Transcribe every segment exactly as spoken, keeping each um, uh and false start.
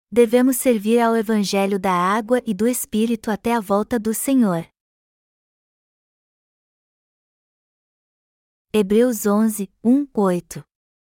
devemos servir ao Evangelho da água e do Espírito até a volta do Senhor. Hebreus onze, um, oito.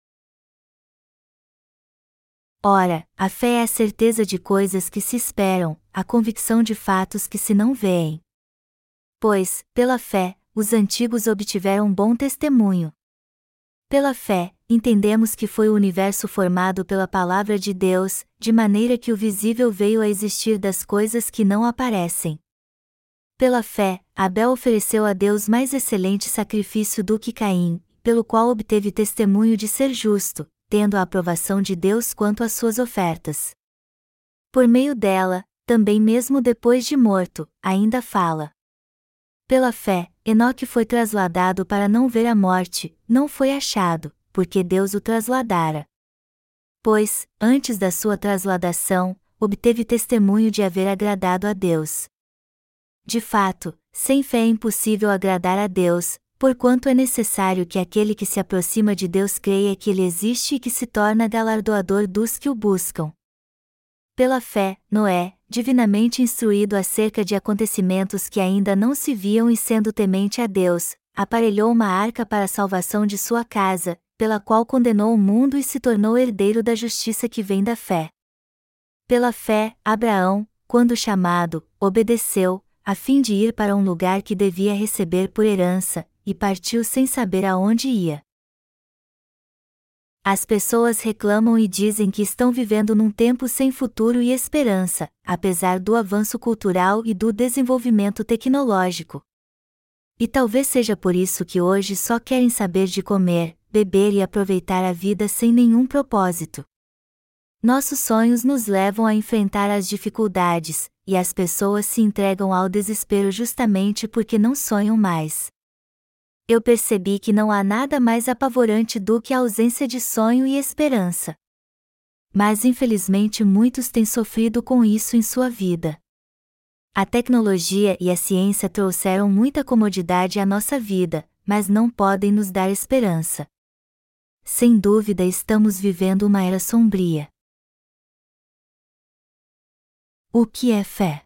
Ora, a fé é a certeza de coisas que se esperam, a convicção de fatos que se não veem. Pois, pela fé, os antigos obtiveram bom testemunho. Pela fé, entendemos que foi o universo formado pela palavra de Deus, de maneira que o visível veio a existir das coisas que não aparecem. Pela fé, Abel ofereceu a Deus mais excelente sacrifício do que Caim, pelo qual obteve testemunho de ser justo, tendo a aprovação de Deus quanto às suas ofertas. Por meio dela, também mesmo depois de morto, ainda fala. Pela fé, Enoque foi trasladado para não ver a morte, não foi achado, porque Deus o trasladara. Pois, antes da sua trasladação, obteve testemunho de haver agradado a Deus. De fato, sem fé é impossível agradar a Deus, porquanto é necessário que aquele que se aproxima de Deus creia que Ele existe e que se torna galardoador dos que o buscam. Pela fé, Noé, divinamente instruído acerca de acontecimentos que ainda não se viam e sendo temente a Deus, aparelhou uma arca para a salvação de sua casa, pela qual condenou o mundo e se tornou herdeiro da justiça que vem da fé. Pela fé, Abraão, quando chamado, obedeceu, a fim de ir para um lugar que devia receber por herança, e partiu sem saber aonde ia. As pessoas reclamam e dizem que estão vivendo num tempo sem futuro e esperança, apesar do avanço cultural e do desenvolvimento tecnológico. E talvez seja por isso que hoje só querem saber de comer, beber e aproveitar a vida sem nenhum propósito. Nossos sonhos nos levam a enfrentar as dificuldades, e as pessoas se entregam ao desespero justamente porque não sonham mais. Eu percebi que não há nada mais apavorante do que a ausência de sonho e esperança. Mas infelizmente muitos têm sofrido com isso em sua vida. A tecnologia e a ciência trouxeram muita comodidade à nossa vida, mas não podem nos dar esperança. Sem dúvida estamos vivendo uma era sombria. O que é fé?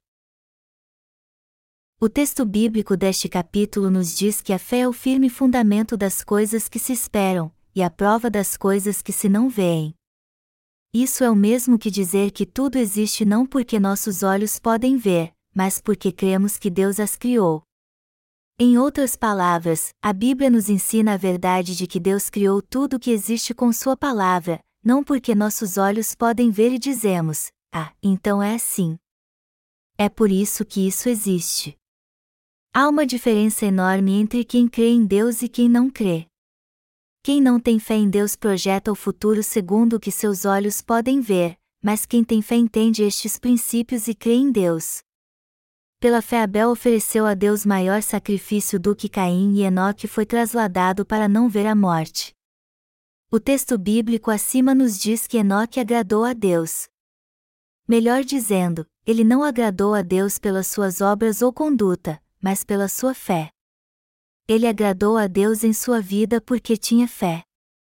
O texto bíblico deste capítulo nos diz que a fé é o firme fundamento das coisas que se esperam, e a prova das coisas que se não veem. Isso é o mesmo que dizer que tudo existe não porque nossos olhos podem ver, mas porque cremos que Deus as criou. Em outras palavras, a Bíblia nos ensina a verdade de que Deus criou tudo o que existe com sua palavra, não porque nossos olhos podem ver e dizemos, ah, então é assim. É por isso que isso existe. Há uma diferença enorme entre quem crê em Deus e quem não crê. Quem não tem fé em Deus projeta o futuro segundo o que seus olhos podem ver, mas quem tem fé entende estes princípios e crê em Deus. Pela fé Abel ofereceu a Deus maior sacrifício do que Caim e Enoque foi trasladado para não ver a morte. O texto bíblico acima nos diz que Enoque agradou a Deus. Melhor dizendo, ele não agradou a Deus pelas suas obras ou conduta, mas pela sua fé. Ele agradou a Deus em sua vida porque tinha fé.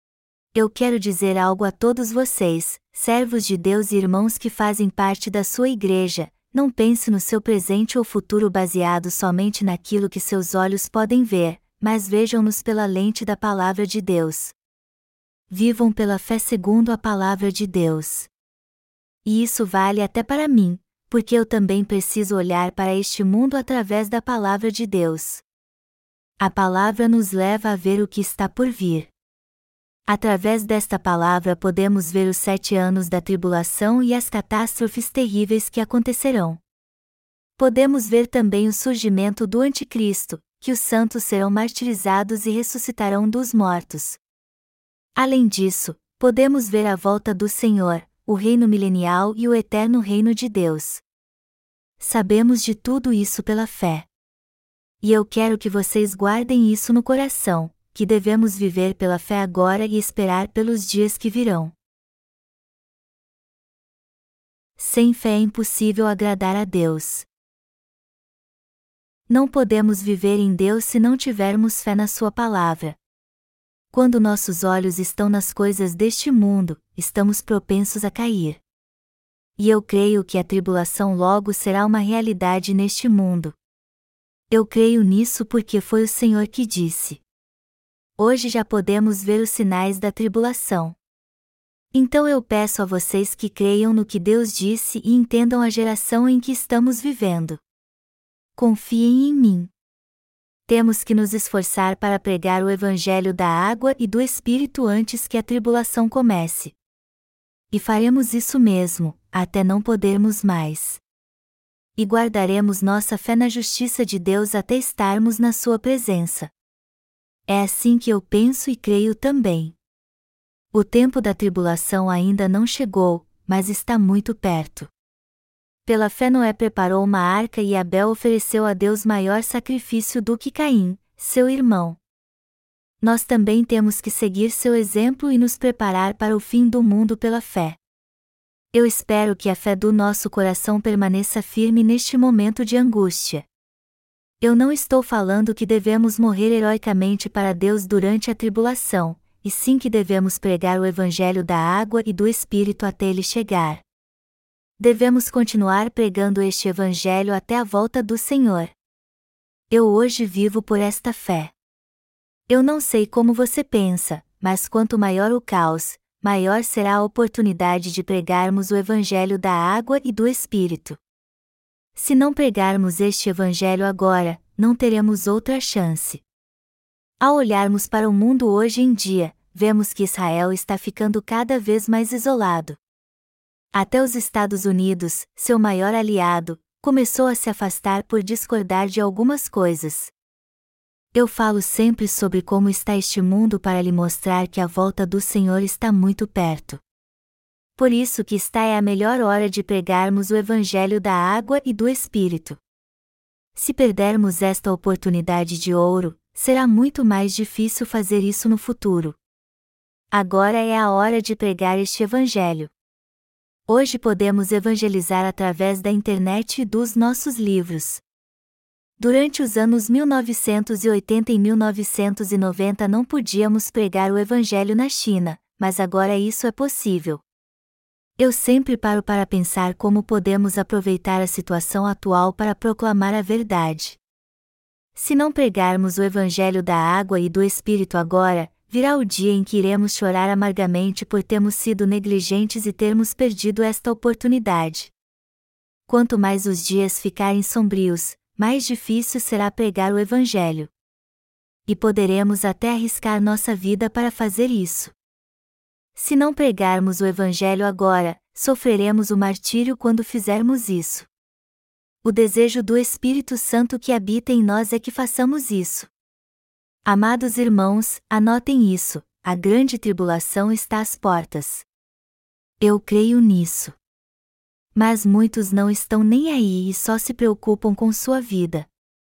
Eu quero dizer algo a todos vocês, servos de Deus e irmãos que fazem parte da sua igreja, não pense no seu presente ou futuro baseado somente naquilo que seus olhos podem ver, mas vejam-nos pela lente da palavra de Deus. Vivam pela fé segundo a palavra de Deus. E isso vale até para mim, porque eu também preciso olhar para este mundo através da palavra de Deus. A palavra nos leva a ver o que está por vir. Através desta palavra podemos ver os sete anos da tribulação e as catástrofes terríveis que acontecerão. Podemos ver também o surgimento do Anticristo, que os santos serão martirizados e ressuscitarão dos mortos. Além disso, podemos ver a volta do Senhor, o reino milenial e o eterno reino de Deus. Sabemos de tudo isso pela fé. E eu quero que vocês guardem isso no coração, que devemos viver pela fé agora e esperar pelos dias que virão. Sem fé é impossível agradar a Deus. Não podemos viver em Deus se não tivermos fé na sua palavra. Quando nossos olhos estão nas coisas deste mundo, estamos propensos a cair. E eu creio que a tribulação logo será uma realidade neste mundo. Eu creio nisso porque foi o Senhor que disse. Hoje já podemos ver os sinais da tribulação. Então eu peço a vocês que creiam no que Deus disse e entendam a geração em que estamos vivendo. Confiem em mim. Temos que nos esforçar para pregar o Evangelho da água e do Espírito antes que a tribulação comece. E faremos isso mesmo, até não podermos mais. E guardaremos nossa fé na justiça de Deus até estarmos na sua presença. É assim que eu penso e creio também. O tempo da tribulação ainda não chegou, mas está muito perto. Pela fé Noé preparou uma arca e Abel ofereceu a Deus maior sacrifício do que Caim, seu irmão. Nós também temos que seguir seu exemplo e nos preparar para o fim do mundo pela fé. Eu espero que a fé do nosso coração permaneça firme neste momento de angústia. Eu não estou falando que devemos morrer heroicamente para Deus durante a tribulação, e sim que devemos pregar o Evangelho da água e do Espírito até ele chegar. Devemos continuar pregando este Evangelho até a volta do Senhor. Eu hoje vivo por esta fé. Eu não sei como você pensa, mas quanto maior o caos, maior será a oportunidade de pregarmos o Evangelho da água e do Espírito. Se não pregarmos este Evangelho agora, não teremos outra chance. Ao olharmos para o mundo hoje em dia, vemos que Israel está ficando cada vez mais isolado. Até os Estados Unidos, seu maior aliado, começou a se afastar por discordar de algumas coisas. Eu falo sempre sobre como está este mundo para lhe mostrar que a volta do Senhor está muito perto. Por isso que esta é a melhor hora de pregarmos o Evangelho da água e do Espírito. Se perdermos esta oportunidade de ouro, será muito mais difícil fazer isso no futuro. Agora é a hora de pregar este Evangelho. Hoje podemos evangelizar através da internet e dos nossos livros. Durante os anos mil novecentos e oitenta e mil novecentos e noventa não podíamos pregar o Evangelho na China, mas agora isso é possível. Eu sempre paro para pensar como podemos aproveitar a situação atual para proclamar a verdade. Se não pregarmos o Evangelho da água e do Espírito agora, virá o dia em que iremos chorar amargamente por termos sido negligentes e termos perdido esta oportunidade. Quanto mais os dias ficarem sombrios, mais difícil será pregar o Evangelho. E poderemos até arriscar nossa vida para fazer isso. Se não pregarmos o Evangelho agora, sofreremos o martírio quando fizermos isso. O desejo do Espírito Santo que habita em nós é que façamos isso. Amados irmãos, anotem isso, a grande tribulação está às portas. Eu creio nisso. Mas muitos não estão nem aí e só se preocupam com sua vida.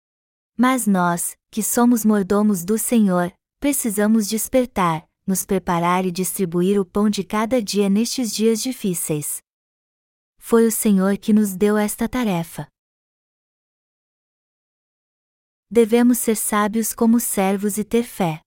Mas nós, que somos mordomos do Senhor, precisamos despertar, nos preparar e distribuir o pão de cada dia nestes dias difíceis. Foi o Senhor que nos deu esta tarefa. Devemos ser sábios como servos e ter fé.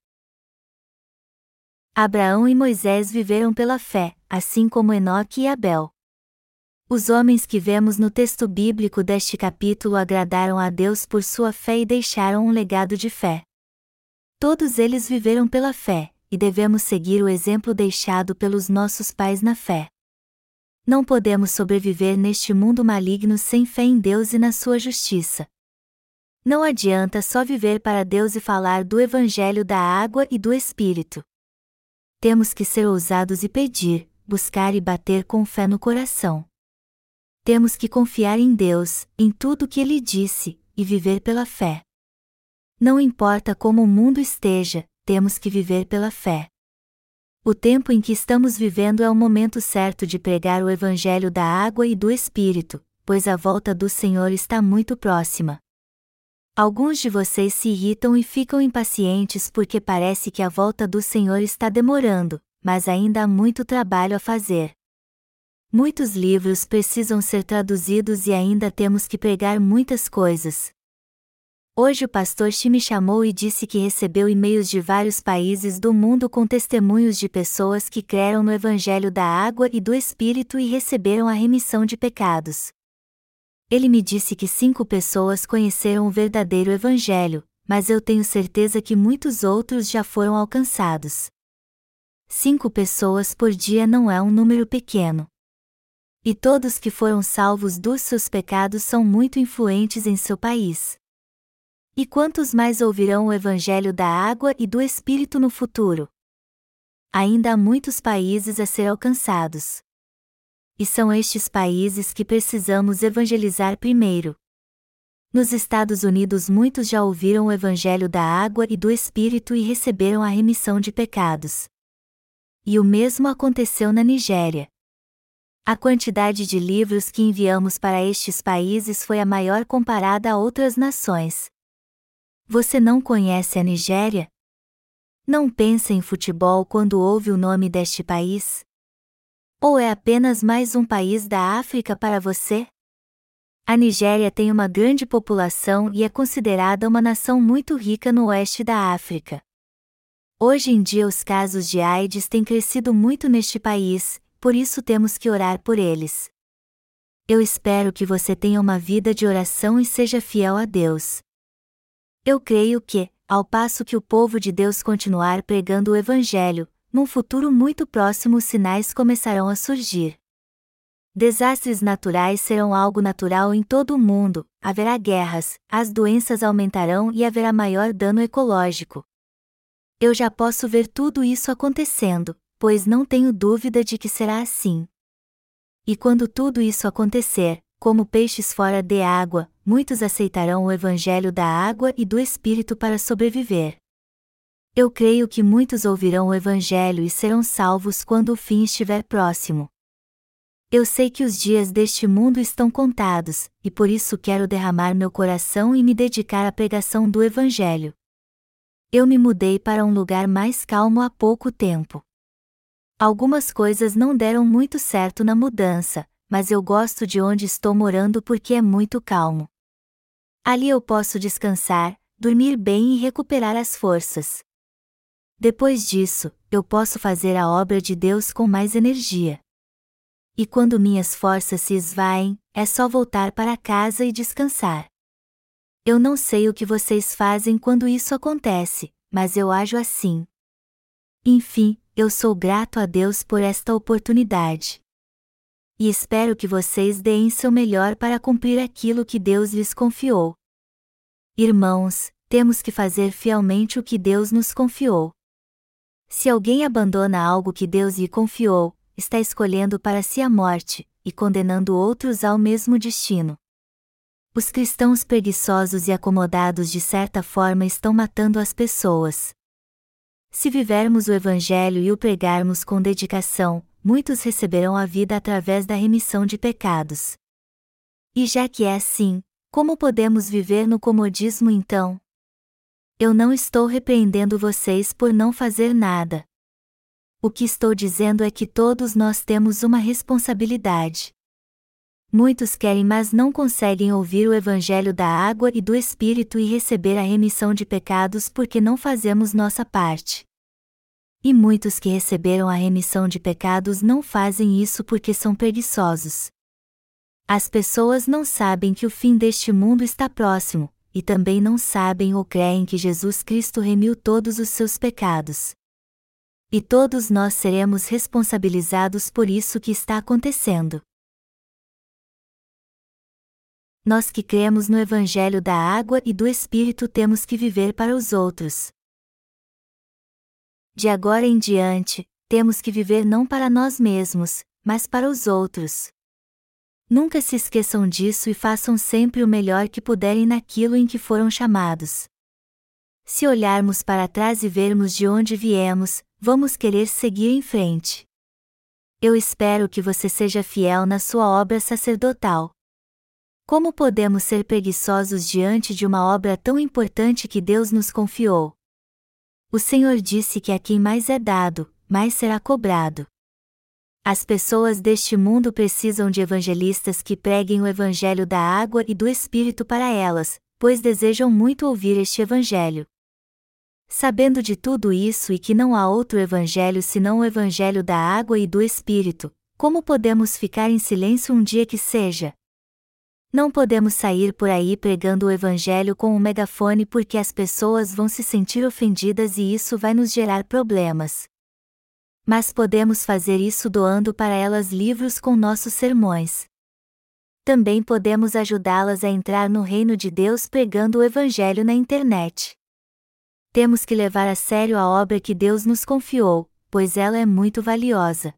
Abraão e Moisés viveram pela fé, assim como Enoque e Abel. Os homens que vemos no texto bíblico deste capítulo agradaram a Deus por sua fé e deixaram um legado de fé. Todos eles viveram pela fé, e devemos seguir o exemplo deixado pelos nossos pais na fé. Não podemos sobreviver neste mundo maligno sem fé em Deus e na sua justiça. Não adianta só viver para Deus e falar do Evangelho da água e do Espírito. Temos que ser ousados e pedir, buscar e bater com fé no coração. Temos que confiar em Deus, em tudo que Ele disse, e viver pela fé. Não importa como o mundo esteja, temos que viver pela fé. O tempo em que estamos vivendo é o momento certo de pregar o Evangelho da água e do Espírito, pois a volta do Senhor está muito próxima. Alguns de vocês se irritam e ficam impacientes porque parece que a volta do Senhor está demorando, mas ainda há muito trabalho a fazer. Muitos livros precisam ser traduzidos e ainda temos que pregar muitas coisas. Hoje o pastor Xi me chamou e disse que recebeu e-mails de vários países do mundo com testemunhos de pessoas que creram no Evangelho da Água e do Espírito e receberam a remissão de pecados. Ele me disse que cinco pessoas conheceram o verdadeiro Evangelho, mas eu tenho certeza que muitos outros já foram alcançados. Cinco pessoas por dia não é um número pequeno. E todos que foram salvos dos seus pecados são muito influentes em seu país. E quantos mais ouvirão o Evangelho da Água e do Espírito no futuro? Ainda há muitos países a ser alcançados. E são estes países que precisamos evangelizar primeiro. Nos Estados Unidos muitos já ouviram o Evangelho da Água e do Espírito e receberam a remissão de pecados. E o mesmo aconteceu na Nigéria. A quantidade de livros que enviamos para estes países foi a maior comparada a outras nações. Você não conhece a Nigéria? Não pensa em futebol quando ouve o nome deste país? Ou é apenas mais um país da África para você? A Nigéria tem uma grande população e é considerada uma nação muito rica no oeste da África. Hoje em dia os casos de AIDS têm crescido muito neste país, por isso temos que orar por eles. Eu espero que você tenha uma vida de oração e seja fiel a Deus. Eu creio que, ao passo que o povo de Deus continuar pregando o Evangelho, num futuro muito próximo os sinais começarão a surgir. Desastres naturais serão algo natural em todo o mundo, haverá guerras, as doenças aumentarão e haverá maior dano ecológico. Eu já posso ver tudo isso acontecendo, pois não tenho dúvida de que será assim. E quando tudo isso acontecer, como peixes fora de água, muitos aceitarão o Evangelho da Água e do Espírito para sobreviver. Eu creio que muitos ouvirão o Evangelho e serão salvos quando o fim estiver próximo. Eu sei que os dias deste mundo estão contados, e por isso quero derramar meu coração e me dedicar à pregação do Evangelho. Eu me mudei para um lugar mais calmo há pouco tempo. Algumas coisas não deram muito certo na mudança, mas eu gosto de onde estou morando porque é muito calmo. Ali eu posso descansar, dormir bem e recuperar as forças. Depois disso, eu posso fazer a obra de Deus com mais energia. E quando minhas forças se esvaem, é só voltar para casa e descansar. Eu não sei o que vocês fazem quando isso acontece, mas eu ajo assim. Enfim, eu sou grato a Deus por esta oportunidade. E espero que vocês deem seu melhor para cumprir aquilo que Deus lhes confiou. Irmãos, temos que fazer fielmente o que Deus nos confiou. Se alguém abandona algo que Deus lhe confiou, está escolhendo para si a morte, e condenando outros ao mesmo destino. Os cristãos preguiçosos e acomodados de certa forma estão matando as pessoas. Se vivermos o Evangelho e o pregarmos com dedicação, muitos receberão a vida através da remissão de pecados. E já que é assim, como podemos viver no comodismo então? Eu não estou repreendendo vocês por não fazer nada. O que estou dizendo é que todos nós temos uma responsabilidade. Muitos querem mas não conseguem ouvir o Evangelho da Água e do Espírito e receber a remissão de pecados porque não fazemos nossa parte. E muitos que receberam a remissão de pecados não fazem isso porque são preguiçosos. As pessoas não sabem que o fim deste mundo está próximo, e também não sabem ou creem que Jesus Cristo remiu todos os seus pecados. E todos nós seremos responsabilizados por isso que está acontecendo. Nós que cremos no Evangelho da Água e do Espírito temos que viver para os outros. De agora em diante, temos que viver não para nós mesmos, mas para os outros. Nunca se esqueçam disso e façam sempre o melhor que puderem naquilo em que foram chamados. Se olharmos para trás e vermos de onde viemos, vamos querer seguir em frente. Eu espero que você seja fiel na sua obra sacerdotal. Como podemos ser preguiçosos diante de uma obra tão importante que Deus nos confiou? O Senhor disse que a quem mais é dado, mais será cobrado. As pessoas deste mundo precisam de evangelistas que preguem o Evangelho da Água e do Espírito para elas, pois desejam muito ouvir este evangelho. Sabendo de tudo isso e que não há outro evangelho senão o evangelho da água e do Espírito, como podemos ficar em silêncio um dia que seja? Não podemos sair por aí pregando o evangelho com um megafone porque as pessoas vão se sentir ofendidas e isso vai nos gerar problemas. Mas podemos fazer isso doando para elas livros com nossos sermões. Também podemos ajudá-las a entrar no reino de Deus pregando o evangelho na internet. Temos que levar a sério a obra que Deus nos confiou, pois ela é muito valiosa.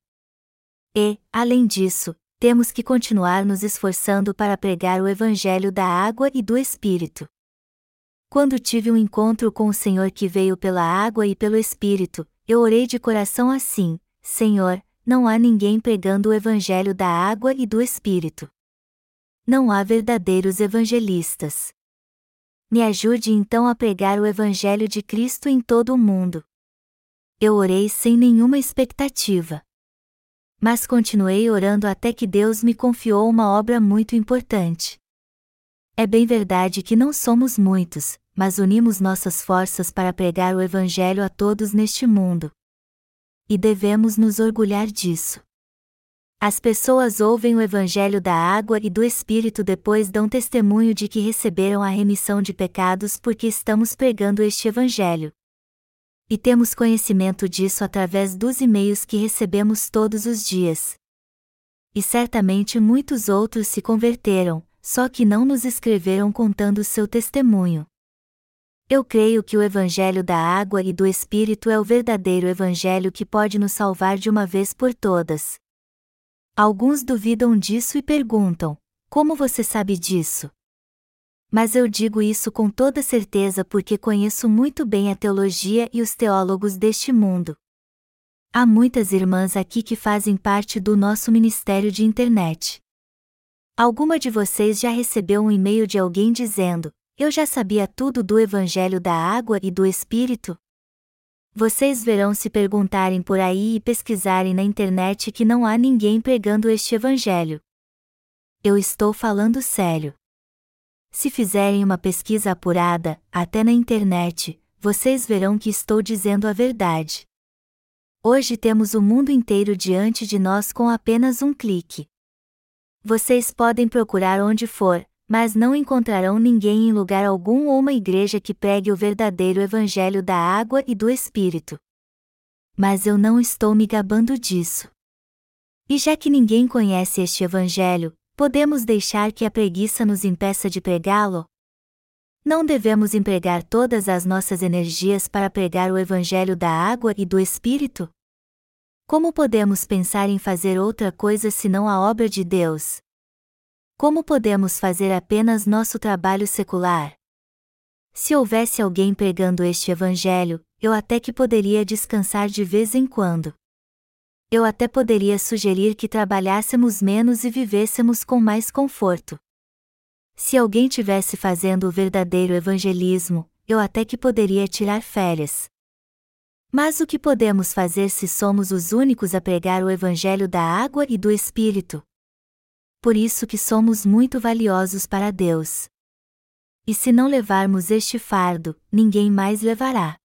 E, além disso, temos que continuar nos esforçando para pregar o evangelho da água e do Espírito. Quando tive um encontro com o Senhor que veio pela água e pelo Espírito, eu orei de coração assim: Senhor, não há ninguém pregando o evangelho da água e do Espírito. Não há verdadeiros evangelistas. Me ajude então a pregar o Evangelho de Cristo em todo o mundo. Eu orei sem nenhuma expectativa. Mas continuei orando até que Deus me confiou uma obra muito importante. É bem verdade que não somos muitos, mas unimos nossas forças para pregar o Evangelho a todos neste mundo. E devemos nos orgulhar disso. As pessoas ouvem o Evangelho da água e do Espírito depois dão testemunho de que receberam a remissão de pecados porque estamos pregando este Evangelho. E temos conhecimento disso através dos e-mails que recebemos todos os dias. E certamente muitos outros se converteram, só que não nos escreveram contando seu testemunho. Eu creio que o Evangelho da água e do Espírito é o verdadeiro Evangelho que pode nos salvar de uma vez por todas. Alguns duvidam disso e perguntam: como você sabe disso? Mas eu digo isso com toda certeza porque conheço muito bem a teologia e os teólogos deste mundo. Há muitas irmãs aqui que fazem parte do nosso ministério de internet. Alguma de vocês já recebeu um e-mail de alguém dizendo: eu já sabia tudo do Evangelho da água e do Espírito? Vocês verão se perguntarem por aí e pesquisarem na internet que não há ninguém pregando este Evangelho. Eu estou falando sério. Se fizerem uma pesquisa apurada, até na internet, vocês verão que estou dizendo a verdade. Hoje temos o mundo inteiro diante de nós com apenas um clique. Vocês podem procurar onde for, mas não encontrarão ninguém em lugar algum ou uma igreja que pregue o verdadeiro Evangelho da água e do Espírito. Mas eu não estou me gabando disso. E já que ninguém conhece este Evangelho, podemos deixar que a preguiça nos impeça de pregá-lo? Não devemos empregar todas as nossas energias para pregar o Evangelho da água e do Espírito? Como podemos pensar em fazer outra coisa senão a obra de Deus? Como podemos fazer apenas nosso trabalho secular? Se houvesse alguém pregando este Evangelho, eu até que poderia descansar de vez em quando. Eu até poderia sugerir que trabalhássemos menos e vivêssemos com mais conforto. Se alguém tivesse fazendo o verdadeiro evangelismo, eu até que poderia tirar férias. Mas o que podemos fazer se somos os únicos a pregar o Evangelho da água e do Espírito? Por isso que somos muito valiosos para Deus. E se não levarmos este fardo, ninguém mais levará.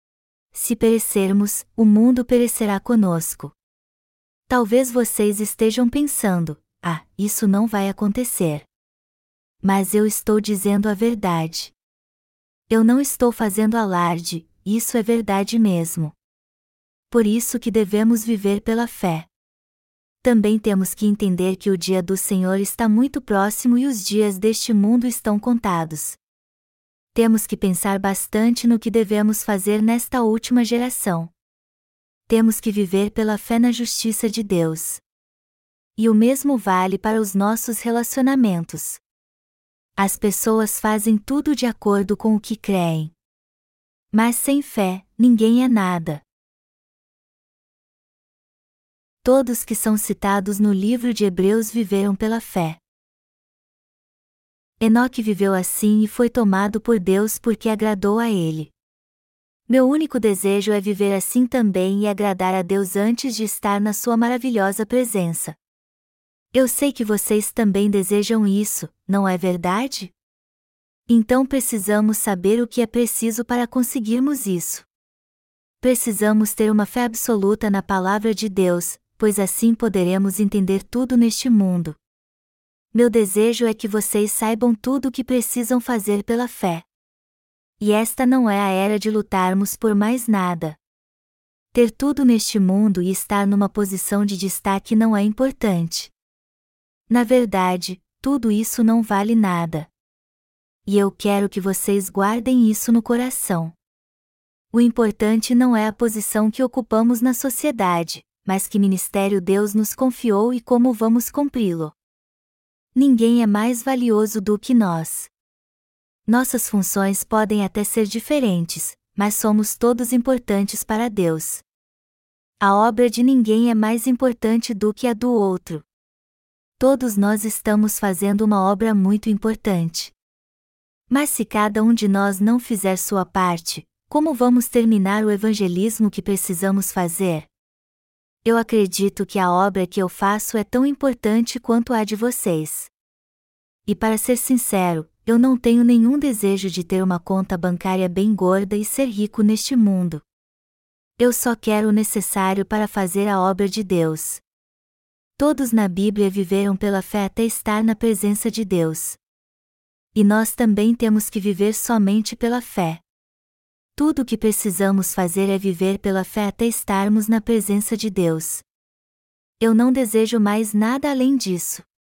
Se perecermos, o mundo perecerá conosco. Talvez vocês estejam pensando: ah, isso não vai acontecer. Mas eu estou dizendo a verdade. Eu não estou fazendo alarde, isso é verdade mesmo. Por isso que devemos viver pela fé. Também temos que entender que o dia do Senhor está muito próximo e os dias deste mundo estão contados. Temos que pensar bastante no que devemos fazer nesta última geração. Temos que viver pela fé na justiça de Deus. E o mesmo vale para os nossos relacionamentos. As pessoas fazem tudo de acordo com o que creem. Mas sem fé, ninguém é nada. Todos que são citados no livro de Hebreus viveram pela fé. Enoque viveu assim e foi tomado por Deus porque agradou a ele. Meu único desejo é viver assim também e agradar a Deus antes de estar na sua maravilhosa presença. Eu sei que vocês também desejam isso, não é verdade? Então precisamos saber o que é preciso para conseguirmos isso. Precisamos ter uma fé absoluta na Palavra de Deus, pois assim poderemos entender tudo neste mundo. Meu desejo é que vocês saibam tudo o que precisam fazer pela fé. E esta não é a era de lutarmos por mais nada. Ter tudo neste mundo e estar numa posição de destaque não é importante. Na verdade, tudo isso não vale nada. E eu quero que vocês guardem isso no coração. O importante não é a posição que ocupamos na sociedade, mas que ministério Deus nos confiou e como vamos cumpri-lo. Ninguém é mais valioso do que nós. Nossas funções podem até ser diferentes, mas somos todos importantes para Deus. A obra de ninguém é mais importante do que a do outro. Todos nós estamos fazendo uma obra muito importante. Mas se cada um de nós não fizer sua parte, como vamos terminar o evangelismo que precisamos fazer? Eu acredito que a obra que eu faço é tão importante quanto a de vocês. E para ser sincero, eu não tenho nenhum desejo de ter uma conta bancária bem gorda e ser rico neste mundo. Eu só quero o necessário para fazer a obra de Deus. Todos na Bíblia viveram pela fé até estar na presença de Deus. E nós também temos que viver somente pela fé. Tudo o que precisamos fazer é viver pela fé até estarmos na presença de Deus. Eu não desejo mais nada além disso.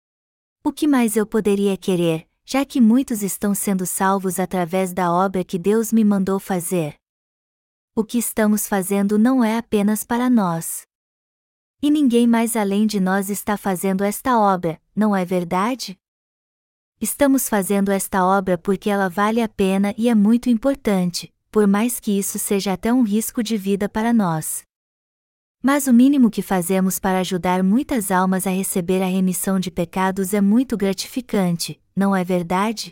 O que mais eu poderia querer, já que muitos estão sendo salvos através da obra que Deus me mandou fazer? O que estamos fazendo não é apenas para nós. E ninguém mais além de nós está fazendo esta obra, não é verdade? Estamos fazendo esta obra porque ela vale a pena e é muito importante, por mais que isso seja até um risco de vida para nós. Mas o mínimo que fazemos para ajudar muitas almas a receber a remissão de pecados é muito gratificante, não é verdade?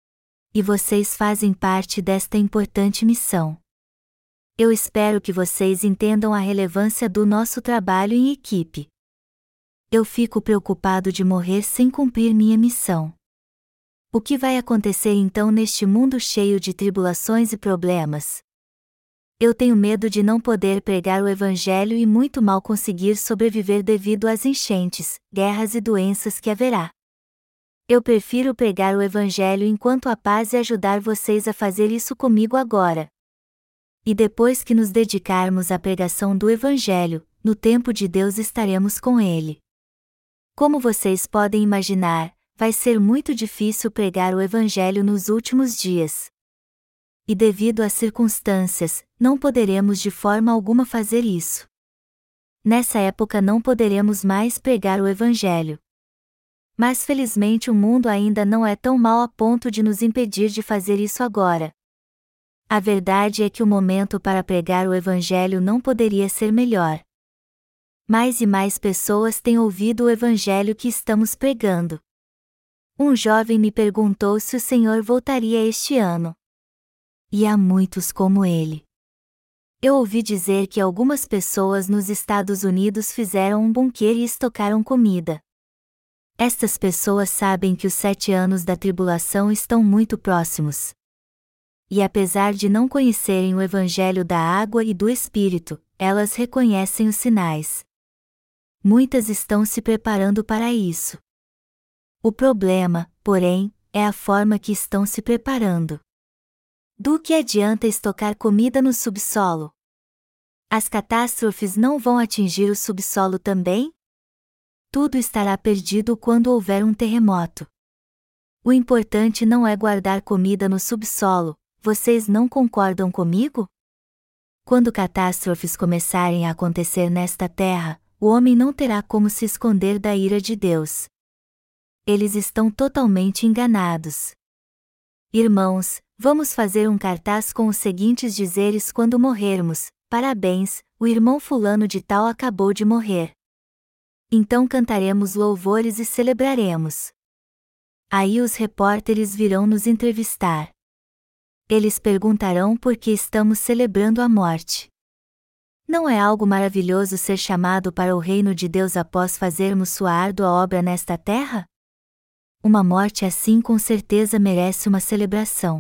E vocês fazem parte desta importante missão. Eu espero que vocês entendam a relevância do nosso trabalho em equipe. Eu fico preocupado de morrer sem cumprir minha missão. O que vai acontecer então neste mundo cheio de tribulações e problemas? Eu tenho medo de não poder pregar o Evangelho e muito mal conseguir sobreviver devido às enchentes, guerras e doenças que haverá. Eu prefiro pregar o Evangelho enquanto há paz e ajudar vocês a fazer isso comigo agora. E depois que nos dedicarmos à pregação do Evangelho, no tempo de Deus estaremos com Ele. Como vocês podem imaginar, vai ser muito difícil pregar o Evangelho nos últimos dias. E devido às circunstâncias, não poderemos de forma alguma fazer isso. Nessa época não poderemos mais pregar o Evangelho. Mas felizmente o mundo ainda não é tão mau a ponto de nos impedir de fazer isso agora. A verdade é que o momento para pregar o Evangelho não poderia ser melhor. Mais e mais pessoas têm ouvido o Evangelho que estamos pregando. Um jovem me perguntou se o Senhor voltaria este ano. E há muitos como ele. Eu ouvi dizer que algumas pessoas nos Estados Unidos fizeram um bunker e estocaram comida. Estas pessoas sabem que os sete anos da tribulação estão muito próximos. E apesar de não conhecerem o Evangelho da água e do Espírito, elas reconhecem os sinais. Muitas estão se preparando para isso. O problema, porém, é a forma que estão se preparando. Do que adianta estocar comida no subsolo? As catástrofes não vão atingir o subsolo também? Tudo estará perdido quando houver um terremoto. O importante não é guardar comida no subsolo, vocês não concordam comigo? Quando catástrofes começarem a acontecer nesta terra, o homem não terá como se esconder da ira de Deus. Eles estão totalmente enganados. Irmãos, vamos fazer um cartaz com os seguintes dizeres quando morrermos: parabéns, o irmão fulano de tal acabou de morrer. Então cantaremos louvores e celebraremos. Aí os repórteres virão nos entrevistar. Eles perguntarão por que estamos celebrando a morte. Não é algo maravilhoso ser chamado para o reino de Deus após fazermos sua árdua obra nesta terra? Uma morte assim com certeza merece uma celebração.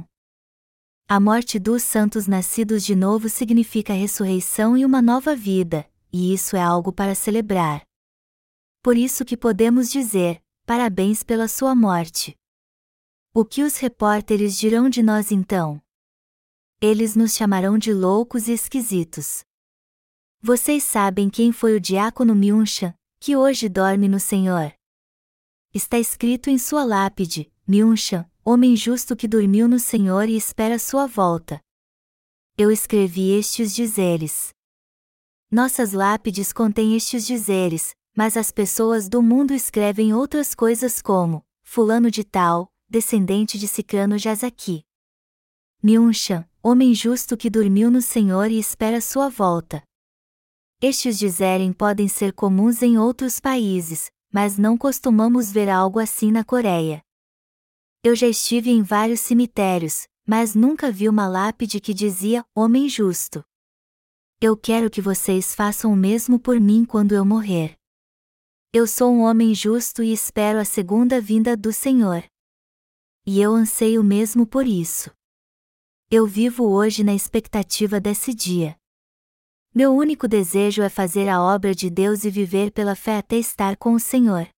A morte dos santos nascidos de novo significa ressurreição e uma nova vida, e isso é algo para celebrar. Por isso que podemos dizer, parabéns pela sua morte. O que os repórteres dirão de nós então? Eles nos chamarão de loucos e esquisitos. Vocês sabem quem foi o diácono Myung-chan, que hoje dorme no Senhor? Está escrito em sua lápide, Myung-chan, homem justo que dormiu no Senhor e espera sua volta. Eu escrevi estes dizeres. Nossas lápides contêm estes dizeres, mas as pessoas do mundo escrevem outras coisas como, fulano de tal, descendente de Cicrano jaz aqui. Myung-chan, homem justo que dormiu no Senhor e espera sua volta. Estes dizerem podem ser comuns em outros países, mas não costumamos ver algo assim na Coreia. Eu já estive em vários cemitérios, mas nunca vi uma lápide que dizia, homem justo. Eu quero que vocês façam o mesmo por mim quando eu morrer. Eu sou um homem justo e espero a segunda vinda do Senhor. E eu anseio mesmo por isso. Eu vivo hoje na expectativa desse dia. Meu único desejo é fazer a obra de Deus e viver pela fé até estar com o Senhor.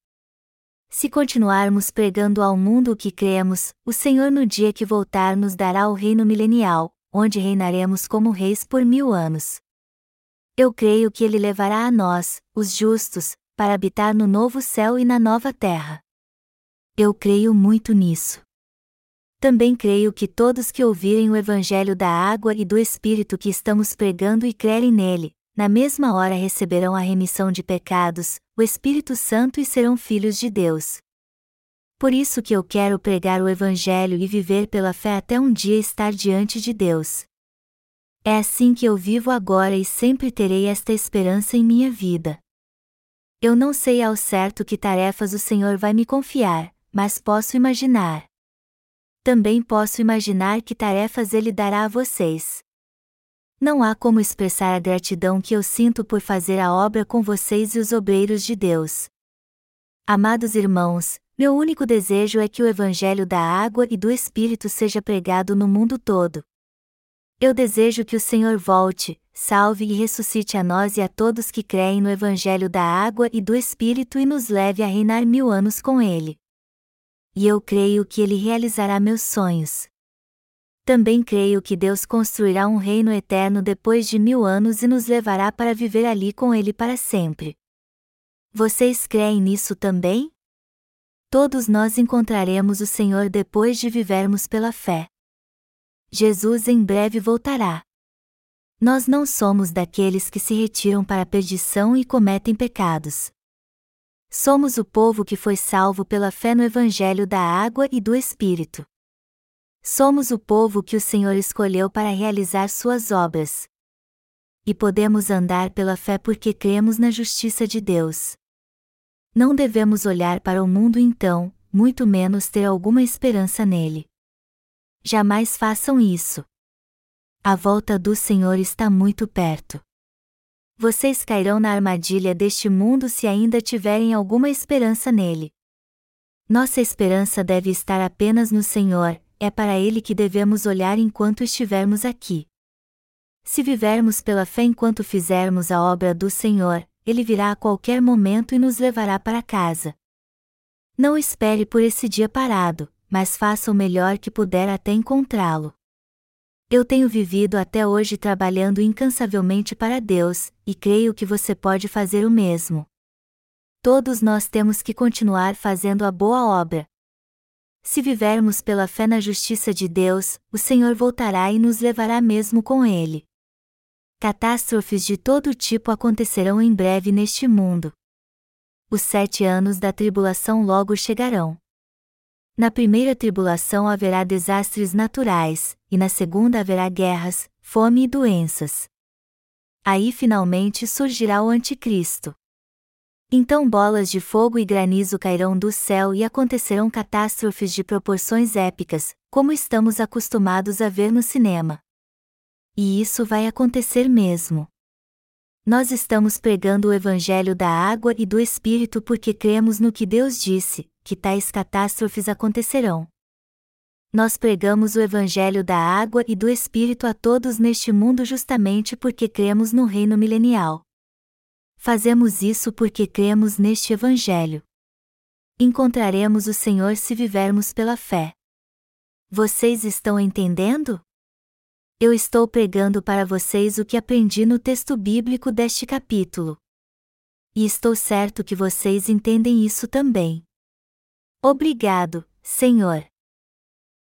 Se continuarmos pregando ao mundo o que cremos, o Senhor no dia que voltar nos dará o reino milenial, onde reinaremos como reis por mil anos. Eu creio que Ele levará a nós, os justos, para habitar no novo céu e na nova terra. Eu creio muito nisso. Também creio que todos que ouvirem o Evangelho da água e do Espírito que estamos pregando e crerem nele, na mesma hora receberão a remissão de pecados, o Espírito Santo e serão filhos de Deus. Por isso que eu quero pregar o Evangelho e viver pela fé até um dia estar diante de Deus. É assim que eu vivo agora e sempre terei esta esperança em minha vida. Eu não sei ao certo que tarefas o Senhor vai me confiar, mas posso imaginar. Também posso imaginar que tarefas Ele dará a vocês. Não há como expressar a gratidão que eu sinto por fazer a obra com vocês e os obreiros de Deus. Amados irmãos, meu único desejo é que o Evangelho da água e do Espírito seja pregado no mundo todo. Eu desejo que o Senhor volte, salve e ressuscite a nós e a todos que creem no Evangelho da água e do Espírito e nos leve a reinar mil anos com Ele. E eu creio que Ele realizará meus sonhos. Também creio que Deus construirá um reino eterno depois de mil anos e nos levará para viver ali com Ele para sempre. Vocês creem nisso também? Todos nós encontraremos o Senhor depois de vivermos pela fé. Jesus em breve voltará. Nós não somos daqueles que se retiram para a perdição e cometem pecados. Somos o povo que foi salvo pela fé no Evangelho da água e do Espírito. Somos o povo que o Senhor escolheu para realizar suas obras. E podemos andar pela fé porque cremos na justiça de Deus. Não devemos olhar para o mundo então, muito menos ter alguma esperança nele. Jamais façam isso. A volta do Senhor está muito perto. Vocês cairão na armadilha deste mundo se ainda tiverem alguma esperança nele. Nossa esperança deve estar apenas no Senhor, é para Ele que devemos olhar enquanto estivermos aqui. Se vivermos pela fé enquanto fizermos a obra do Senhor, Ele virá a qualquer momento e nos levará para casa. Não espere por esse dia parado, mas faça o melhor que puder até encontrá-lo. Eu tenho vivido até hoje trabalhando incansavelmente para Deus, e creio que você pode fazer o mesmo. Todos nós temos que continuar fazendo a boa obra. Se vivermos pela fé na justiça de Deus, o Senhor voltará e nos levará mesmo com Ele. Catástrofes de todo tipo acontecerão em breve neste mundo. Os sete anos da tribulação logo chegarão. Na primeira tribulação haverá desastres naturais, e na segunda haverá guerras, fome e doenças. Aí finalmente surgirá o Anticristo. Então bolas de fogo e granizo cairão do céu e acontecerão catástrofes de proporções épicas, como estamos acostumados a ver no cinema. E isso vai acontecer mesmo. Nós estamos pregando o Evangelho da água e do Espírito porque cremos no que Deus disse, que tais catástrofes acontecerão. Nós pregamos o Evangelho da água e do Espírito a todos neste mundo justamente porque cremos no reino milenial. Fazemos isso porque cremos neste Evangelho. Encontraremos o Senhor se vivermos pela fé. Vocês estão entendendo? Eu estou pregando para vocês o que aprendi no texto bíblico deste capítulo. E estou certo que vocês entendem isso também. Obrigado, Senhor.